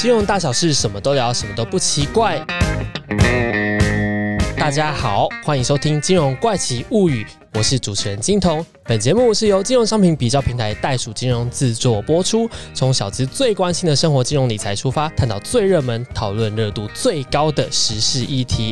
金融大小事，什么都聊，什么都不奇怪。大家好，欢迎收听《金融怪奇物语》，我是主持人金童。本节目是由金融商品比较平台袋鼠金融制作播出，从小资最关心的生活金融理财出发，探讨最热门、讨论热度最高的时事议题。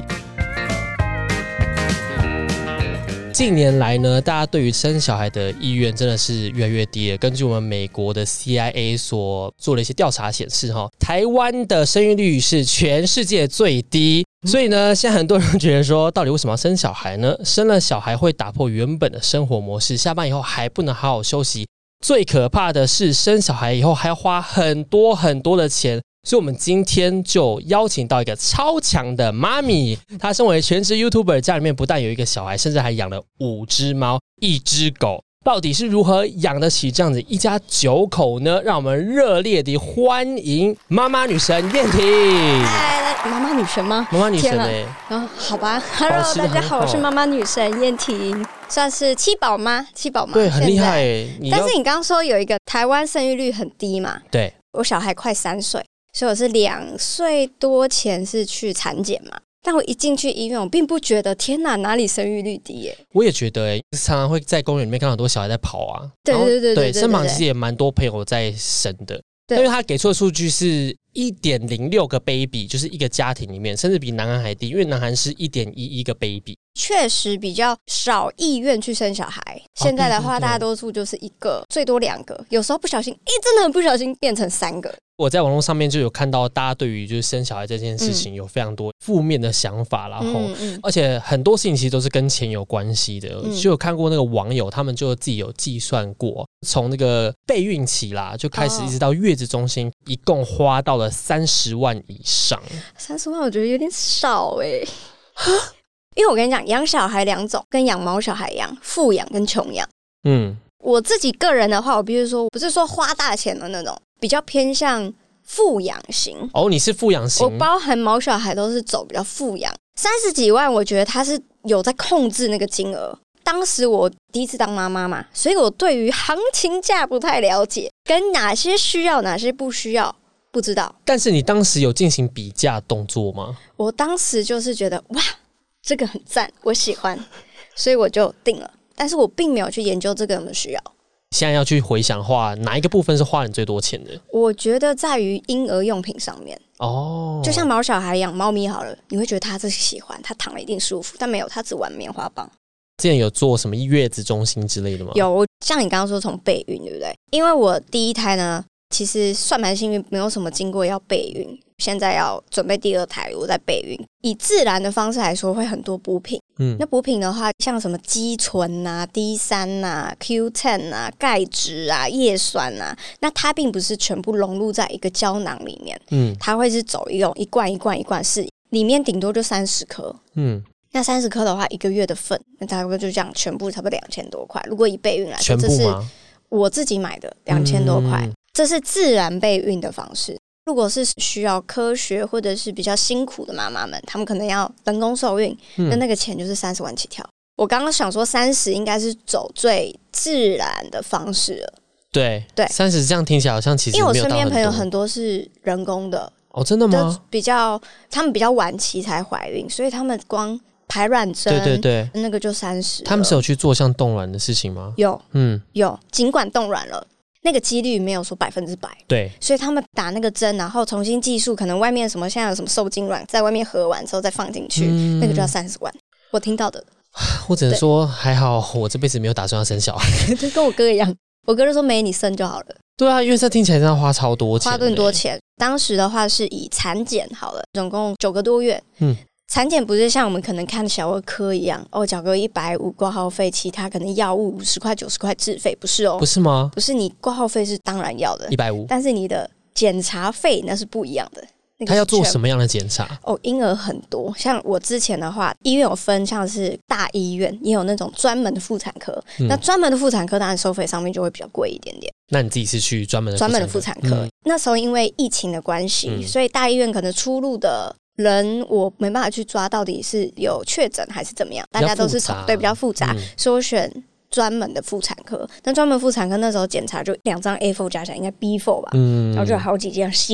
近年来呢，大家对于生小孩的意愿真的是越来越低了。根据我们美国的 CIA 所做的一些调查显示，台湾的生育率是全世界最低。所以呢，现在很多人觉得说，到底为什么要生小孩呢？生了小孩会打破原本的生活模式，下班以后还不能好好休息。最可怕的是，生小孩以后还要花很多很多的钱。所以我们今天就邀请到一个超强的妈咪，她身为全职 YouTuber， 家里面不但有一个小孩，甚至还养了5只猫、1只狗。到底是如何养得起这样子一家9口呢？让我们热烈地欢迎妈妈女神燕婷。 妈妈女神吗？ 妈妈女神好吧 ，Hello， 大家好，我是妈妈女神燕婷，算是七宝妈， 对，很厉害耶。 但是你刚刚说有一个台湾生育率很低嘛？ 对， 我小孩快3岁。所以我是2岁多前是去产检嘛，但我一进去医院，我并不觉得天哪，哪里生育率低耶？ 我也觉得常常会在公园里面看到很多小孩在跑啊。 对， 身旁其实也蛮多朋友在生的，因为他给出的数据是 1.06 个 baby， 就是一个家庭里面，甚至比南韩还低，因为南韩是 1.11 个 baby。 确实比较少意愿去生小孩。现在的话，大多数就是1个，最多2个，有时候不小心，真的很不小心变成3个。 我在网络上面就有看到大家对于就是生小孩这件事情有非常多负面的想法，然后而且很多事情其实都是跟钱有关系的。就有看过那个网友，他们就自己有计算过，从那个备孕期啦就开始一直到月子中心，一共花到了30万以上。 30万我觉得有点少耶。因为我跟你讲，养小孩2种，跟养毛小孩一样，富养跟穷养。我自己个人的话，我必须说，不是说花大钱的那种，比较偏向富养型。 哦，你是富养型？ 我包含毛小孩都是走比较富养，30几万，我觉得他是有在控制那个金额。当时我第一次当妈妈嘛，所以我对于行情价不太了解，跟哪些需要，哪些不需要。不知道。但是你当时有进行比价动作吗？ 我当时就是觉得哇，这个很赞，我喜欢，所以我就定了。但是我并没有去研究这个有没有需要。 现在要去回想的话，哪一个部分是花你最多钱的？ 我觉得在于婴儿用品上面。就像毛小孩养猫咪好了，你会觉得他是喜欢，他躺了一定舒服，但没有，他只玩棉花棒。 之前有做什么月子中心之类的吗？ 有，像你刚刚说从备孕，对不对？因为我第一胎呢，其实算蛮幸运，没有什么经过要备孕。现在要准备第2胎，我在备孕。以自然的方式来说，会很多补品。那补品的话，像什么肌醇啊、D3啊、Q10 啊、钙质啊、叶酸啊，那它并不是全部融入在一个胶囊里面。它会是走一种一罐一罐一罐式，里面顶多就30颗。那30颗的话，1个月的份，那大概就这样，全部差不多2000多块。如果以备孕来说，这是我自己买的2000多块，这是自然备孕的方式。如果是需要科学或者是比较辛苦的妈妈们，他们可能要人工受孕，那个钱就是30万起跳。我刚刚想说30应该是走最自然的方式了。对 ，30这样听起来好像其实没有到很多。因为我身边朋友很多是人工的。 哦，真的吗？ 他们比较晚期才怀孕，所以他们光排卵针，对，那个就30。 他们是有去做像冻卵的事情吗？ 有，尽管冻卵了。那个几率没有说100%， 对， 所以他们打那个针，然后重新计数，可能外面什么现在有什么受精卵，在外面合完之后再放进去，那个就要30万。我听到的， 我只能说还好，我这辈子没有打算要生小孩， 就跟我哥一样，我哥就说没你生就好了。 对啊，因为这听起来真的花超多钱， 花更多钱。当时的话是以产检好了，总共9个多月。产检不是像我们可能看小儿科一样，缴个150挂号费，其他可能药物50块90块自费，不是哦。 不是吗？ 不是，你挂号费是当然要的 150， 但是你的检查费那是不一样的。 他要做什么样的检查？ 婴儿很多，像我之前的话，医院有分，像是大医院也有那种专门的妇产科。那专门的妇产科当然收费上面就会比较贵一点点。 那你自己是去专门的妇产科？ 那时候因为疫情的关系，所以大医院可能出入的人我没办法去抓到底是有确诊还是怎么样，大家都是从比较复杂，所以我选专门的妇产科。那专门妇产科那时候检查就2张 A4 加起来应该 B4 吧，然后就有好几件细项。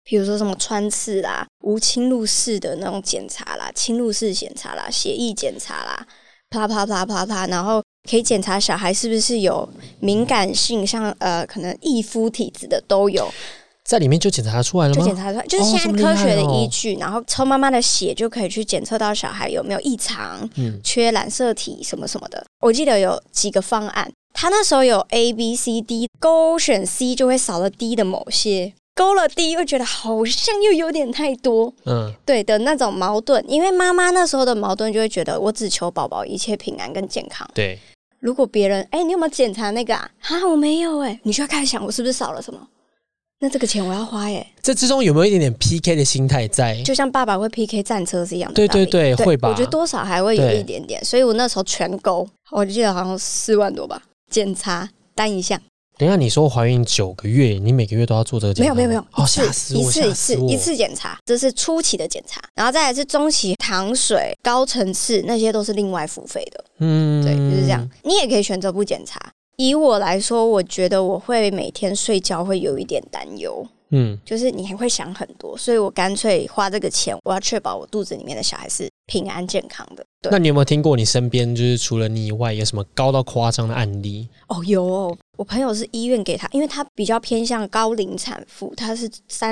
比如说什么穿刺啦、无侵入式的那种检查啦、侵入式检查啦、血液检查啦，啪啪啪啪啪，然后可以检查小孩是不是有敏感性，像可能易肤体质的都有。 在里面就检查出来了吗？ 就检查出来，就是现在科学的依据，然后抽妈妈的血就可以去检测到小孩有没有异常，缺染色体什么什么的。我记得有几个方案，他那时候有 A、B、C、D， 勾选 C 就会少了 D 的某些，勾了 D 又觉得好像又有点太多，对的那种矛盾。因为妈妈那时候的矛盾就会觉得，我只求宝宝一切平安跟健康。 对， 如果别人你有没有检查那个啊？我没有你就要开始想我是不是少了什么。那这个钱我要花耶， 这之中有没有一点点 PK 的心态在？就像爸爸会 PK 战车是一样的。 对对对，会吧？ 我觉得多少还会有一点点，所以我那时候全勾，我记得好像4万多吧，检查单一项。 等一下，你说怀孕9个月，你每个月都要做这个检查？ 没有， 吓死我！ 一次检查，这是初期的检查，然后再来是中期糖水、高层次那些都是另外付费的。对，就是这样。你也可以选择不检查。以我来说，我觉得我会每天睡觉会有一点担忧，就是你还会想很多，所以我干脆花这个钱，我要确保我肚子里面的小孩是平安健康的。对， 那你有没有听过你身边就是除了你以外，有什么高到夸张的案例？ 有我朋友是医院给他，因为他比较偏向高龄产妇，他是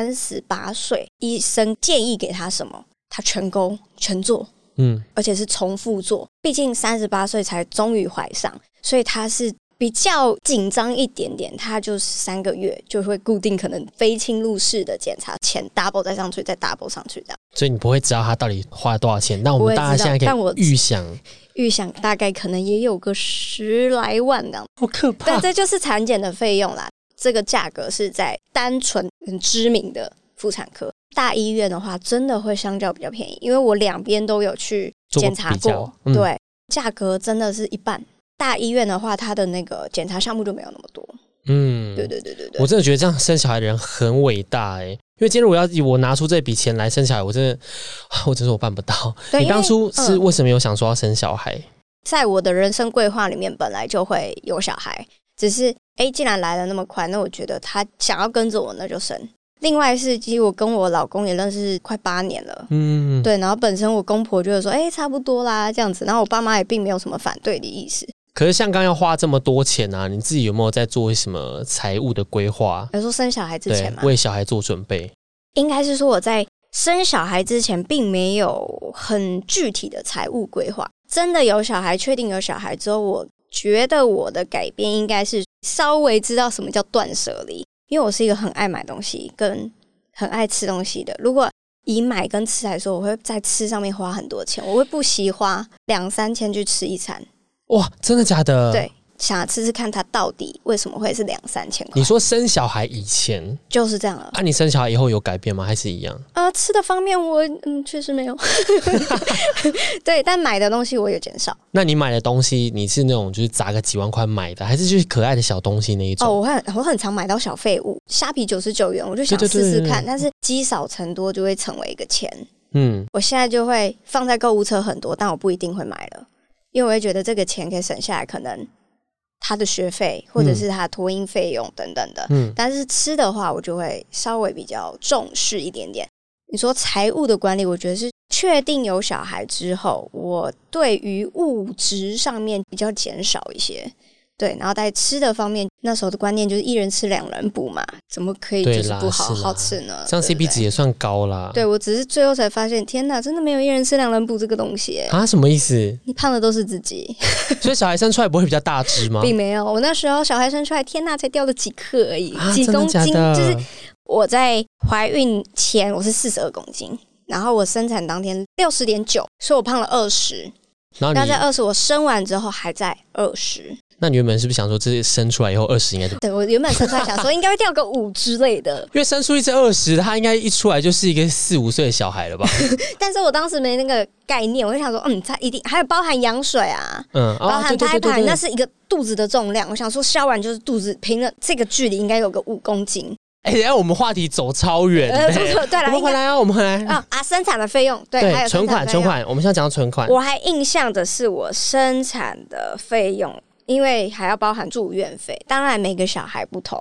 38岁，医生建议给他什么，他全勾全做，而且是重复做，毕竟38岁才终于怀上，所以他是比较紧张一点点，他就是3个月就会固定可能非侵入式的检查，钱 double 再上去，再 double 上去这样。 所以你不会知道他到底花了多少钱，那我们大家现在可以预想大概可能也有个10来万这样， 好可怕。 但这就是产检的费用啦，这个价格是在单纯很知名的妇产科。大医院的话真的会相较比较便宜，因为我两边都有去检查过，对，价格真的是一半。大医院的话，它的那个检查项目就没有那么多。对， 我真的觉得这样生小孩的人很伟大因为今天如果要我拿出这笔钱来生小孩，我真说我办不到。你当初是为什么有想说要生小孩？ 在我的人生规划里面本来就会有小孩，只是既然来了那么快，那我觉得他想要跟着我那就生。另外是其实我跟我老公也认识快8年了，对，然后本身我公婆就会说差不多啦这样子，然后我爸妈也并没有什么反对的意思。 可是像刚要花这么多钱啊，你自己有没有在做什么财务的规划？ 比如说生小孩之前吗？ 为小孩做准备。 应该是说我在生小孩之前并没有很具体的财务规划，真的有小孩，确定有小孩之后，我觉得我的改变应该是稍微知道什么叫断舍离，因为我是一个很爱买东西跟很爱吃东西的。如果以买跟吃来说，我会在吃上面花很多钱，我会不惜花2-3千去吃一餐。 哇，真的假的？ 对，想吃吃看它到底为什么会是2-3千块。 你说生小孩以前就是这样了你生小孩以后有改变吗？还是一样？ 吃的方面我确实没有对，但买的东西我有减少。 那你买的东西你是那种就是砸个几万块买的，还是就是可爱的小东西那一种？ 我很常买到小废物，虾皮99元我就想试试看，但是积少成多就会成为一个钱。我现在就会放在购物车很多，但我不一定会买了，因为我会觉得这个钱可以省下来，可能他的学费或者是他的托婴费用等等的。但是吃的话我就会稍微比较重视一点点。你说财务的管理，我觉得是确定有小孩之后，我对于物质上面比较减少一些。对，然后在吃的方面，那时候的观念就是一人吃2人补嘛，怎么可以就是不好好吃呢？ 这样 CP 值也算高啦。 对，我只是最后才发现，天哪，真的没有一人吃2人补这个东西什么意思？ 你胖的都是自己所以小孩生出来不会比较大只吗？ 并没有，我那时候小孩生出来，天哪，才掉了几克而已，几公斤。 真的假的？ 就是我在怀孕前我是42公斤，然后我生产当天60.9，所以我胖了20。然后在20，我生完之后还在20。 那你原本是不是想说这生出来以后20应该就…… 对，我原本生出来想说应该会掉个5之类的， 因为生出一只20，他应该一出来就是一个4-5岁的小孩了吧？ 但是我当时没那个概念，我就想说，他一定还有包含羊水啊，包含胎盘，那是一个肚子的重量。我想说，消完就是肚子平了这个距离应该有个5公斤。 等一下我们话题走超远。 对了， 我们回来生产的费用，对，还有存款，我们现在讲到存款。 我还印象的是我生产的费用，因为还要包含住院费，当然每个小孩不同。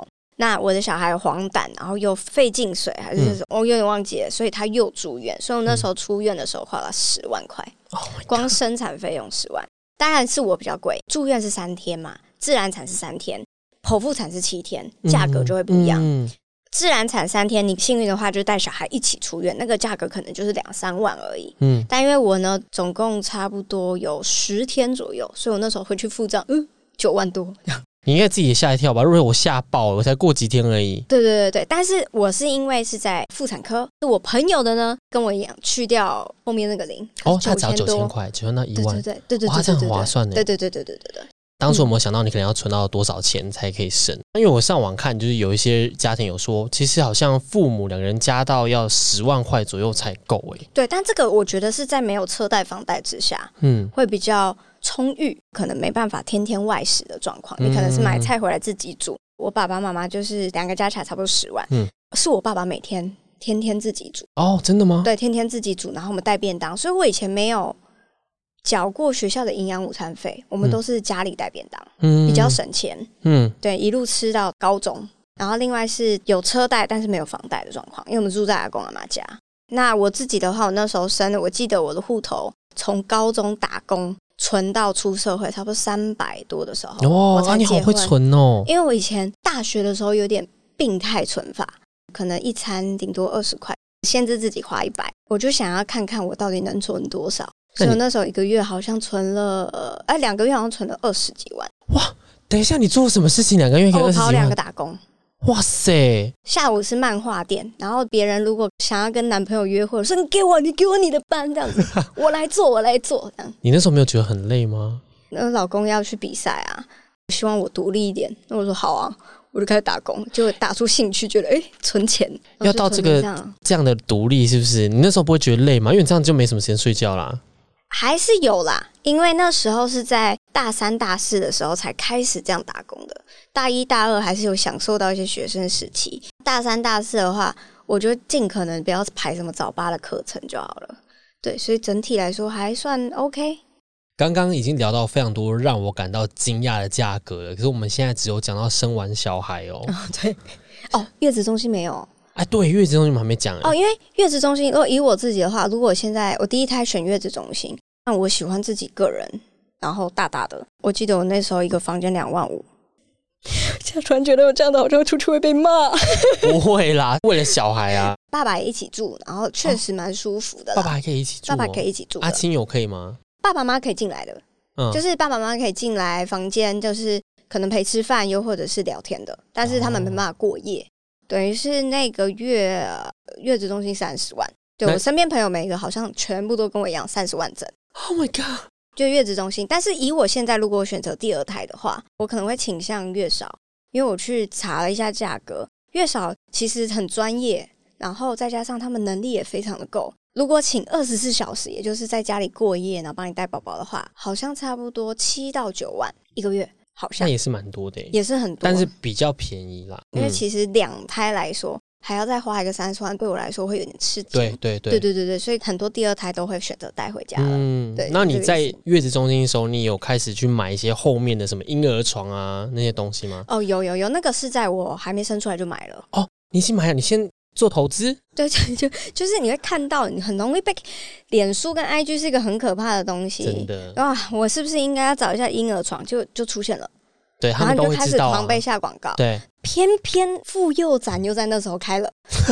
那我的小孩有黄疸，然后又肺进水还是什么，我有点忘记了，所以他又住院，所以我那时候出院的时候花了10万块，光生产费用10万。当然是我比较贵，住院是3天嘛，自然产是3天，剖腹产是7天，价格就会不一样。自然产3天，你幸运的话就带小孩一起出院，那个价格可能就是2-3万而已。但因为我呢总共差不多有10天左右，所以我那时候回去付账，9万多。 你应该自己也吓一跳吧？如果我吓爆了，我才过几天而已。 对，但是我是因为是在妇产科，我朋友的呢跟我一样去掉后面那个0， 他只要9000块，9万到1万， 对， 哇，这样很划算呢。 对。 当初有没有想到你可能要存到多少钱才可以生？因为我上网看，就是有一些家庭有说，其实好像父母2个人加到要10万块左右才够哎。 对，但这个我觉得是在没有车贷房贷之下，会比较充裕，可能没办法天天外食的状况。你可能是买菜回来自己煮。我爸爸妈妈就是2个加起来差不多10万，是我爸爸每天自己煮。 哦，真的吗？ 对，天天自己煮，然后我们带便当，所以我以前没有缴过学校的营养午餐费，我们都是家里带便当，比较省钱。对，一路吃到高中。然后另外是有车贷，但是没有房贷的状况，因为我们住在阿公阿妈家。那我自己的话，我那时候生的，我记得我的户头从高中打工存到出社会，差不多300多的时候，我才你好会存哦！ 因为我以前大学的时候有点病态存法，可能一餐顶多20块，限制自己花100，我就想要看看我到底能存多少。所以我那时候1个月好像存了2个月好像存了20几万。 哇，等一下，你做什么事情2个月可以20几万？ 我跑2个打工。 哇塞！ 下午是漫画店，然后别人如果想要跟男朋友约会，我说你给我你的班这样子，我来做这样。 你那时候没有觉得很累吗？ 那老公要去比赛啊，希望我独立一点，那我说好啊，我就开始打工，就打出兴趣，觉得存钱要到这样的独立，是不是？你那时候不会觉得累吗？因为你这样就没什么时间睡觉啦。 还是有啦，因为那时候是在大3大4的时候才开始这样打工的，大1大2还是有享受到一些学生时期。大3大4的话，我就尽可能不要排什么早8的课程就好了。对，所以整体来说还算 OK。 刚刚已经聊到非常多让我感到惊讶的价格了，可是我们现在只有讲到生完小孩哦。 对，月子中心没有。 对，月子中心我们还没讲因为月子中心，如果以我自己的话，如果现在我第1胎选月子中心，那我喜欢自己个人，然后大大的。我记得我那时候一个房间2万5。现在突然觉得我这样的好像出去会被骂。 不会啦，为了小孩啊。 爸爸也一起住，然后确实蛮舒服的。 爸爸还可以一起住。 爸爸可以一起住。 亲友可以吗？ 爸爸妈妈可以进来的，就是爸爸妈妈可以进来房间，就是可能陪吃饭，又或者是聊天的，但是他们没办法过夜。等于是那个月子中心30万，对，我身边朋友每一个好像全部都跟我一样30万整。 Oh my god！ 就月子中心，但是以我现在如果我选择第2胎的话，我可能会倾向月嫂，因为我去查了一下价格，月嫂其实很专业，然后再加上他们能力也非常的够。如果请24小时，也就是在家里过夜，然后帮你带宝宝的话，好像差不多7到9万1个月。好像那也是蛮多的， 也是很多， 但是比较便宜啦。 因为其实2胎来说，还要再花一个30万，对我来说会有点吃惊。对，所以很多第2胎都会选择带回家了。对。 那你在月子中心的时候，你有开始去买一些后面的什么婴儿床啊那些东西吗？ 有，那个是在我还没生出来就买了。 你先买了，你先做投资？ 对，就是你会看到，你很容易被脸书跟 IG 是一个很可怕的东西。 真的我是不是应该要找一下婴儿床？就出现了。 对，他们都会知道，然后就开始狂被下广告。 对， 偏偏妇幼展又在那时候开了，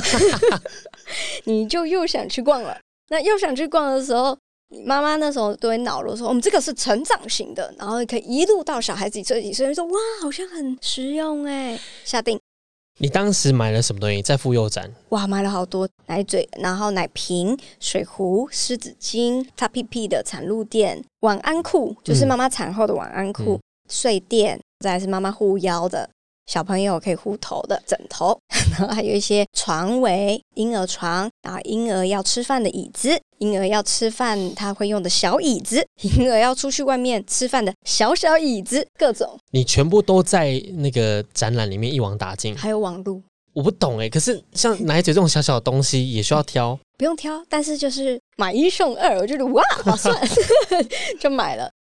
你就又想去逛了。那又想去逛的时候，妈妈那时候都会恼了，说我们这个是成长型的，然后可以一路到小孩子几岁几岁，说哇，好像很实用哎，下定。 你当时买了什么东西在妇幼展？ 哇，买了好多奶嘴，然后奶瓶、水壶、湿纸巾、擦屁屁的产褥垫、晚安裤，就是妈妈产后的晚安裤、睡垫，再来是妈妈护腰的，小朋友可以护头的枕头，然后还有一些床围、婴儿床，然后婴儿要吃饭的椅子，婴儿要吃饭他会用的小椅子，婴儿要出去外面吃饭的小小椅子，各种。 你全部都在那个展览里面一网打尽？ 还有网路。 我不懂可是像奶嘴这种小小的东西也需要挑？ 不用挑，但是就是买1送2，我觉得哇，划算，就买了。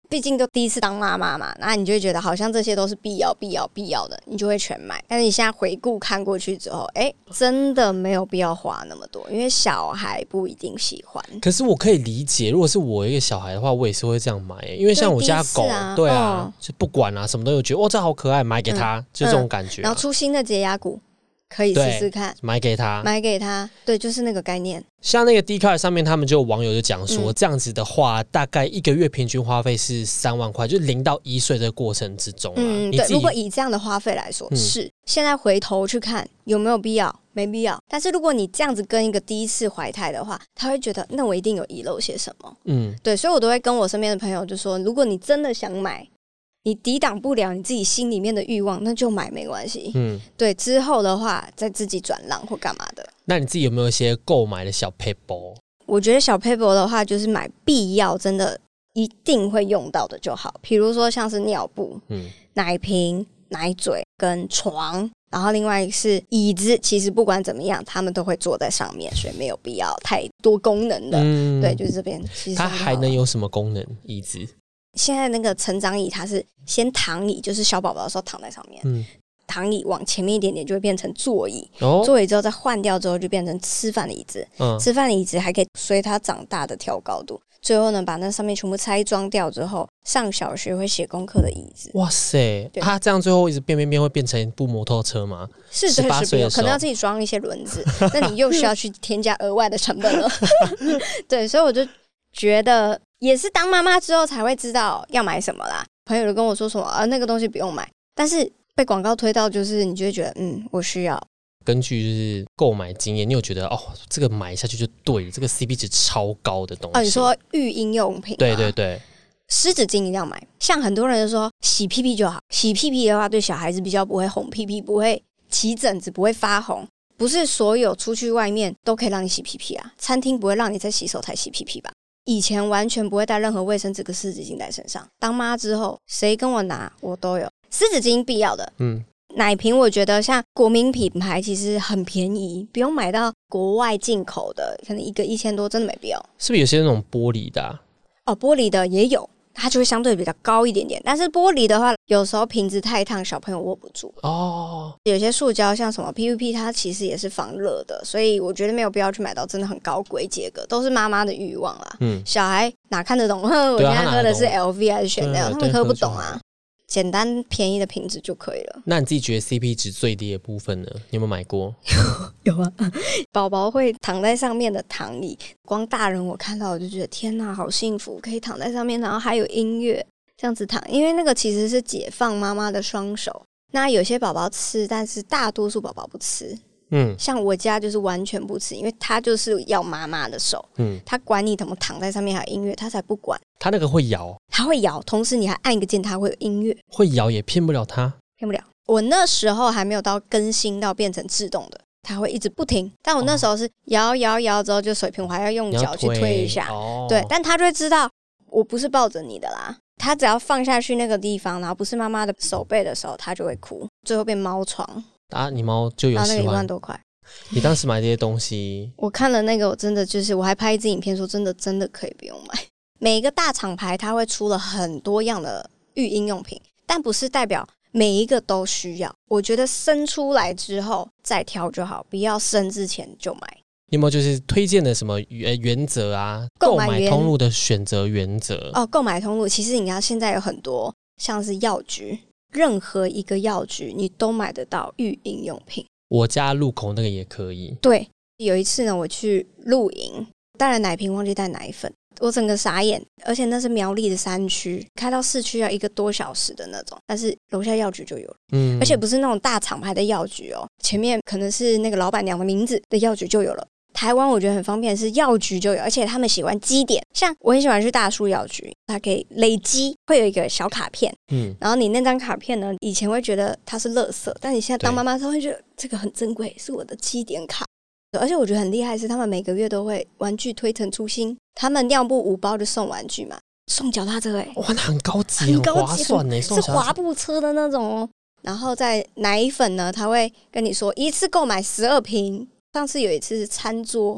毕竟都第一次当妈妈嘛，那你就会觉得好像这些都是必要的，你就会全买。但是你现在回顾看过去之后，真的没有必要花那么多，因为小孩不一定喜欢。 可是我可以理解，如果是我一个小孩的话，我也是会这样买，因为像我家狗，对啊，就不管啊，什么都有觉得哇这好可爱，买给他，就这种感觉。 然后出新的洁牙骨。可以试试看， 买给他， 对，就是那个概念。 像那个 Dcard 上面，他们就有网友就讲说，这样子的话，大概1个月平均花费是3万块，就0到1岁这个过程之中对，如果以这样的花费来说，是现在回头去看有没有必要，没必要。但是如果你这样子跟一个第一次怀胎的话，他会觉得那我一定有遗漏些什么。对，所以我都会跟我身边的朋友就说，如果你真的想买。你抵挡不了你自己心里面的欲望，那就买没关系。对，之后的话再自己转让或干嘛的。 那你自己有没有一些购买的小 paper？ 我觉得小 paper 的话，就是买必要真的一定会用到的就好。比如说像是尿布、奶瓶、奶嘴跟床，然后另外是椅子，其实不管怎么样，他们都会坐在上面，所以没有必要太多功能的。对，就是这边。 它还能有什么功能？椅子？ 现在那个成长椅，它是先躺椅，就是小宝宝的时候躺在上面，躺椅往前面一点点就会变成座椅，座椅之后再换掉之后就变成吃饭的椅子，吃饭的椅子还可以随它长大的调高度，最后呢把那上面全部拆装掉之后，上小学会写功课的椅子。 哇塞，它这样最后一直变会变成一部摩托车吗？ 是18岁的时候可能要自己装一些轮子，那你又需要去添加额外的成本了。对，所以我就觉得也是当妈妈之后才会知道要买什么啦。朋友就跟我说什么那个东西不用买，但是被广告推到，就是你就会觉得我需要。 根据就是购买经验，你有觉得这个买下去就对了，这个 CP 值超高的东西？你说育婴用品？ 对对对， 湿纸巾一定要买。像很多人就说洗屁屁就好，洗屁屁的话对小孩子比较不会红屁屁，不会起疹子，不会发红。不是所有出去外面都可以让你洗屁屁啊，餐厅不会让你在洗手台洗屁屁吧？以前完全不会带任何卫生纸跟湿纸巾在身上，当妈之后谁跟我拿我都有。湿纸巾必要的，奶瓶我觉得像国民品牌其实很便宜，不用买到国外进口的，可能一个1000多，真的没必要。是不是有些那种玻璃的玻璃的也有，它就会相对比较高一点点，但是玻璃的话有时候瓶子太烫，小朋友握不住。有些塑胶像什么 PVP 它其实也是防热的，所以我觉得没有必要去买到真的很高规阶格，都是妈妈的欲望啦。小孩哪看得懂我现在喝的是 LV 还是 Chanel，他们喝不懂啊。简单便宜的瓶子就可以了。那你自己觉得 CP 值最低的部分呢？你有没有买过？ 有啊，宝宝会躺在上面的躺椅，光大人我看到我就觉得天哪，好幸福，可以躺在上面，然后还有音乐这样子躺，因为那个其实是解放妈妈的双手。那有些宝宝吃，但是大多数宝宝不吃。像我家就是完全不吃，因为他就是要妈妈的手。他管你怎么躺在上面还有音乐，他才不管。 他那个会摇， 他会摇，同时你还按一个键，他会有音乐。 会摇也骗不了他， 骗不了。我那时候还没有到更新到变成自动的，他会一直不停。但我那时候是摇之后就水平，我还要用脚去推一下。对，但他就会知道我不是抱着你的啦。他只要放下去那个地方，然后不是妈妈的手背的时候，他就会哭，最后变猫床。 你猫就有喜欢， 那个1万多块。 你当时买这些东西， 我看了那个，我真的就是我还拍一支影片说真的可以不用买。每一个大厂牌它会出了很多样的育婴用品，但不是代表每一个都需要。我觉得生出来之后再挑就好，不要生之前就买。 你有没有就是推荐的什么原则啊？购买通路的选择原则？ 购买通路其实你看现在有很多，像是药局，任何一个药局你都买得到育婴用品。 我家路口那个也可以。 对，有一次呢我去露营，带了奶瓶忘记带奶粉，我整个傻眼。而且那是苗栗的山区，开到市区要1个多小时的那种，但是楼下药局就有了。而且不是那种大厂牌的药局前面可能是那个老板娘的名字的药局就有了。台湾我觉得很方便，是药局就有，而且他们喜欢积点，像我很喜欢去大树药局，它可以累积，会有一个小卡片，然后你那张卡片呢，以前会觉得它是垃圾，但你现在当妈妈之后会觉得这个很珍贵，是我的积点卡。而且我觉得很厉害是他们每个月都会玩具推陈出新，他们尿布5包就送玩具嘛，送脚踏车哇，那很高级，很划算耶， 是滑步车的那种然后在奶粉呢，他会跟你说一次购买12瓶。上次有一次是餐桌，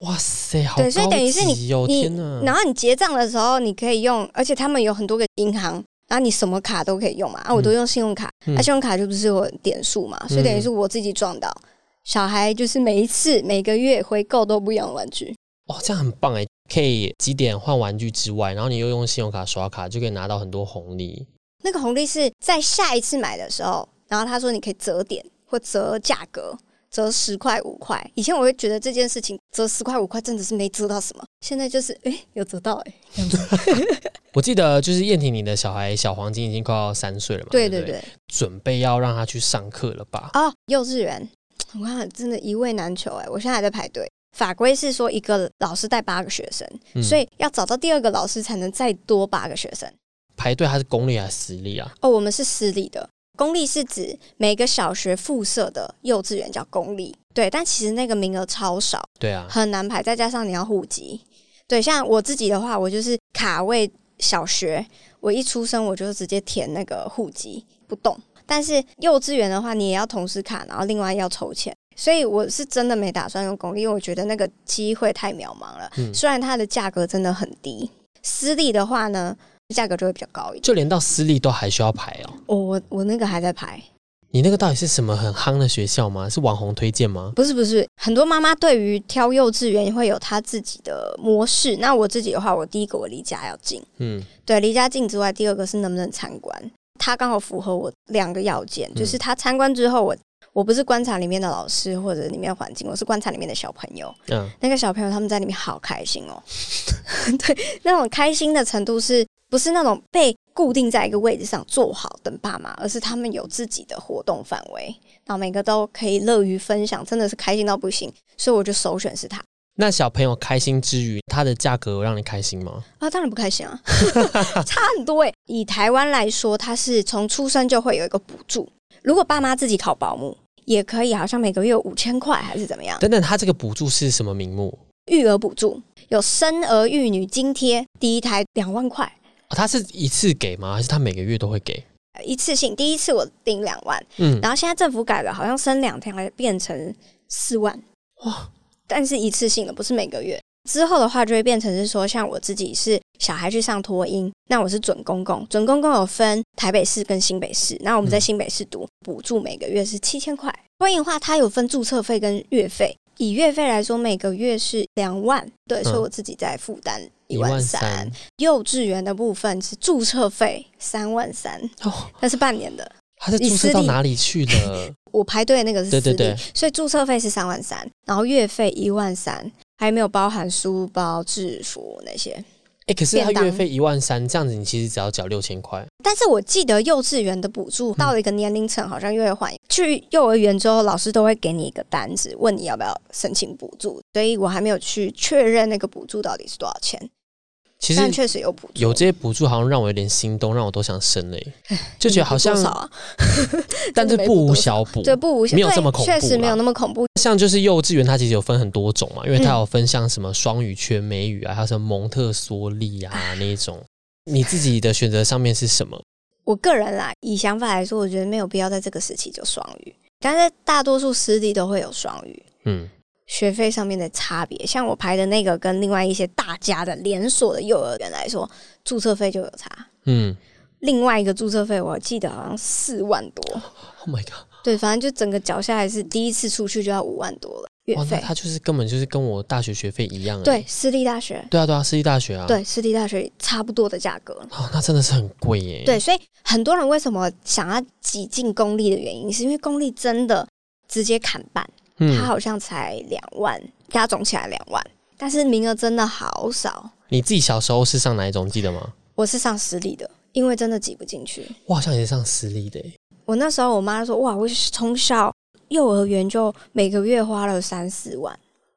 哇塞，好高级哦！ 对，所以等于是天哪！ 然后你结账的时候你可以用，而且他们有很多个银行。然后你什么卡都可以用嘛，我都用信用卡，信用卡就不是有点数嘛，所以等于是我自己撞到，小孩就是每个月回购都不一样的玩具。 哇，这样很棒哎，可以几点换玩具之外，然后你又用信用卡刷卡，就可以拿到很多红利。 那个红利是在下一次买的时候，然后他说你可以折点或折价格，折10块5块。以前我会觉得这件事情折10块5块真的是没折到什么，现在就是有折到这样子。 我记得就是燕婷，你的小孩小黄金已经快要3岁了嘛？ 对对对， 准备要让他去上课了吧？ 幼稚园，我看真的一位难求我现在还在排队。法规是说一个老师带8个学生，所以要找到第2个老师才能再多8个学生。 排队还是公立还是私立啊？ 我们是私立的。公立是指每个小学附设的幼稚园叫公立，对，但其实那个名额超少， 对啊， 很难排，再加上你要户籍。对，像我自己的话，我就是卡位小学，我一出生我就直接填那个户籍不动。但是幼稚园的话，你也要同时卡，然后另外要抽签，所以我是真的没打算用公立，因为我觉得那个机会太渺茫了。虽然它的价格真的很低，私立的话呢，价格就会比较高一点。 就连到私立都还需要排我那个还在排。 你那个到底是什么很夯的学校吗？是网红推荐吗？ 不是，很多妈妈对于挑幼稚园会有她自己的模式。那我自己的话，我第一个我离家要近，对，离家近之外，第2个是能不能参观。他刚好符合我2个要件，就是他参观之后，我不是观察里面的老师或者里面的环境，我是观察里面的小朋友。那个小朋友他们在里面好开心哦，对，那种开心的程度是不是那种被固定在一个位置上坐好等爸妈，而是他们有自己的活动范围，然后每个都可以乐于分享，真的是开心到不行，所以我就首选是他。 那小朋友开心之余，他的价格有让你开心吗？ 当然不开心啊，差很多以台湾来说，他是从出生就会有一个补助，如果爸妈自己考保姆也可以，好像每个月有5000块还是怎么样。 等等，他这个补助是什么名目？ 育儿补助，有生儿育女津贴，第一胎2万块。 他是一次给吗？还是他每个月都会给？ 一次性，第一次我定2万，然后现在政府改了，好像生2胎变成4万。哇！但是一次性的，不是每个月。之后的话就会变成是说，像我自己是小孩去上托婴，那我是准公共，准公共有分台北市跟新北市，那我们在新北市读，补助每个月是7000块。托婴的话，它有分注册费跟月费，以月费来说，每个月是2万，对，所以我自己在负担1万3。幼稚园的部分是注册费3万3，那是半年的。 他是注册到哪里去了？ 我排队的那个是私立， 对， 所以注册费是3万3，然后月费1万3，还没有包含书包、制服那些。 可是他月费1万3，这样子你其实只要缴6000块。 但是我记得幼稚园的补助到了一个年龄层，好像又会换。去幼儿园之后，老师都会给你一个单子，问你要不要申请补助，所以我还没有去确认那个补助到底是多少钱。 其实但确实有补助， 有这些补助，好像让我有点心动，让我都想生嘞，就觉得好像多少啊但是不无小补， 对，不无小补， 没有这么恐怖， 确实没有那么恐怖。 像就是幼稚园，它其实有分很多种嘛，因为它有分像什么双语、全美语啊，还有什么蒙特梭利啊那一种。你自己的选择上面是什么？ 我个人啦，以想法来说，我觉得没有必要在这个时期就双语，但是大多数私立都会有双语。学费上面的差别，像我排的那个跟另外一些大家的连锁的幼儿园来说，注册费就有差。另外一个注册费我记得好像4万多。 Oh my god！ 对，反正就整个缴下来是第一次出去就要5万多了月费。 那他就是根本就是跟我大学学费一样。 对，私立大学。 对啊，私立大学啊。 对，私立大学差不多的价格。 那真的是很贵耶。 对，所以很多人为什么想要挤进公立的原因，是因为公立真的直接砍半。他好像才2万，加总起来2万，但是名额真的好少。 你自己小时候是上哪一种记得吗？ 我是上私立的，因为真的挤不进去。 我好像也是上私立的耶。 我那时候我妈说，哇，我从小幼儿园就每个月花了3-4万。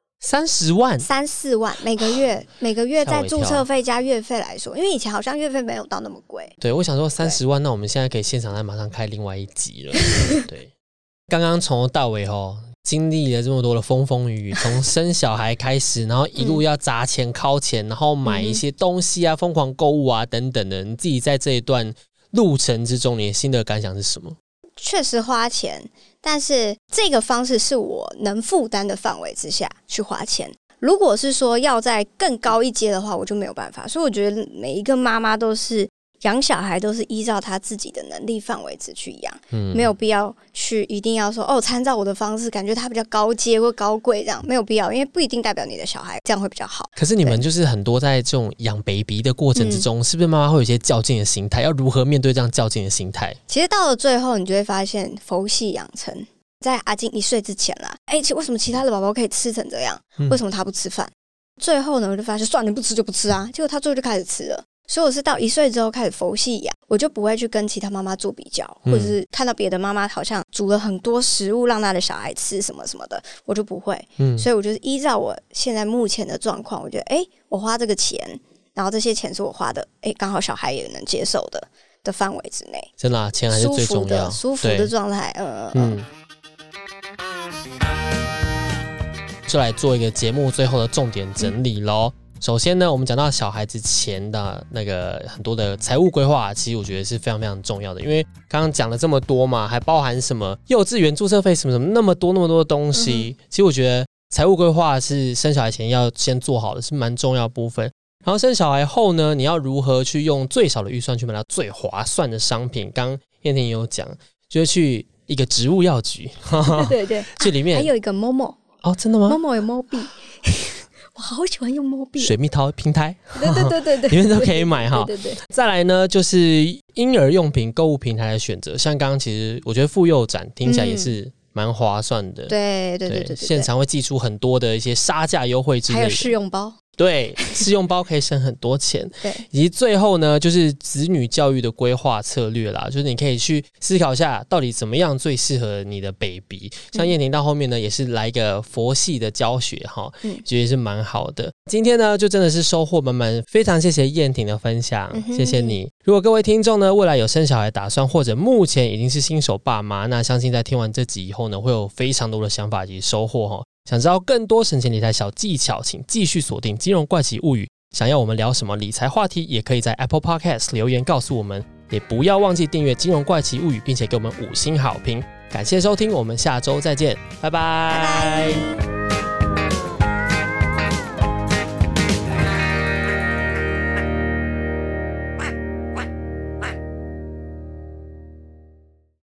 30万 ？3-4万每个月，每个月在注册费加月费来说，因为以前好像月费没有到那么贵。 对，我想说30万，那我们现在可以现场来马上开另外一集了。对，刚刚从头到尾经历了这么多的风风雨雨，从生小孩开始，然后一路要砸钱靠钱，然后买一些东西啊，疯狂购物啊等等的，你自己在这一段路程之中，你的心得感想是什么？ 确实花钱，但是这个方式是我能负担的范围之下去花钱。 如果是说要再更高一阶的话，我就没有办法。所以我觉得每一个妈妈都是养小孩都是依照她自己的能力范围之去养，没有必要去一定要说参照我的方式，感觉他比较高阶或高贵这样，没有必要，因为不一定代表你的小孩这样会比较好。 可是你们就是很多在这种养 baby 的过程之中，是不是妈妈会有一些较劲的心态？要如何面对这样较劲的心态？ 其实到了最后，你就会发现佛系养成。在阿金1岁之前啦，为什么其他的宝宝可以吃成这样？为什么他不吃饭？最后呢，我就发现算了，你不吃就不吃啊。结果他最后就开始吃了。所以我是到1岁之后开始佛系养，我就不会去跟其他妈妈做比较，或者是看到别的妈妈好像煮了很多食物让她的小孩吃什么什么的，我就不会。所以我就是依照我现在目前的状况，我觉得我花这个钱，然后这些钱是我花的，刚好小孩也能接受的范围之内。 真的钱还是最重要， 舒服的状态。 就来做一个节目最后的重点整理咯。首先呢，我们讲到小孩子前的那个很多的财务规划，其实我觉得是非常非常重要的，因为刚刚讲了这么多嘛，还包含什么幼稚园注册费什么什么那么多的东西，其实我觉得财务规划是生小孩前要先做好的，是蛮重要的部分。然后生小孩后呢，你要如何去用最少的预算去买到最划算的商品？刚刚燕婷有讲，就是去一个植物药局， 对对， 去里面还有一个 Momo。 真的吗 ？Momo 有 Mobi。我好喜欢用 Mobi 水蜜桃平台， 对， 里面都可以买哈。 对。 再来呢，就是婴儿用品购物平台的选择，像刚刚其实我觉得妇幼展听起来也是蛮划算的。 对， 现场会寄出很多的一些杀价优惠之类的， 还有试用包。 对，试用包可以省很多钱。 对， 以及最后呢，就是子女教育的规划策略啦，就是你可以去思考一下，到底怎么样最适合你的 baby。像燕婷到后面呢，也是来一个佛系的教学哈，觉得是蛮好的。今天呢，就真的是收获满满，非常谢谢燕婷的分享，谢谢你。如果各位听众呢，未来有生小孩打算，或者目前已经是新手爸妈，那相信在听完这集以后呢，会有非常多的想法以及收获哈。想知道更多省钱理财小技巧，请继续锁定金融怪奇物语。想要我们聊什么理财话题，也可以在 Apple Podcast 留言告诉我们，也不要忘记订阅金融怪奇物语，并且给我们5星好评。感谢收听，我们下周再见，拜拜。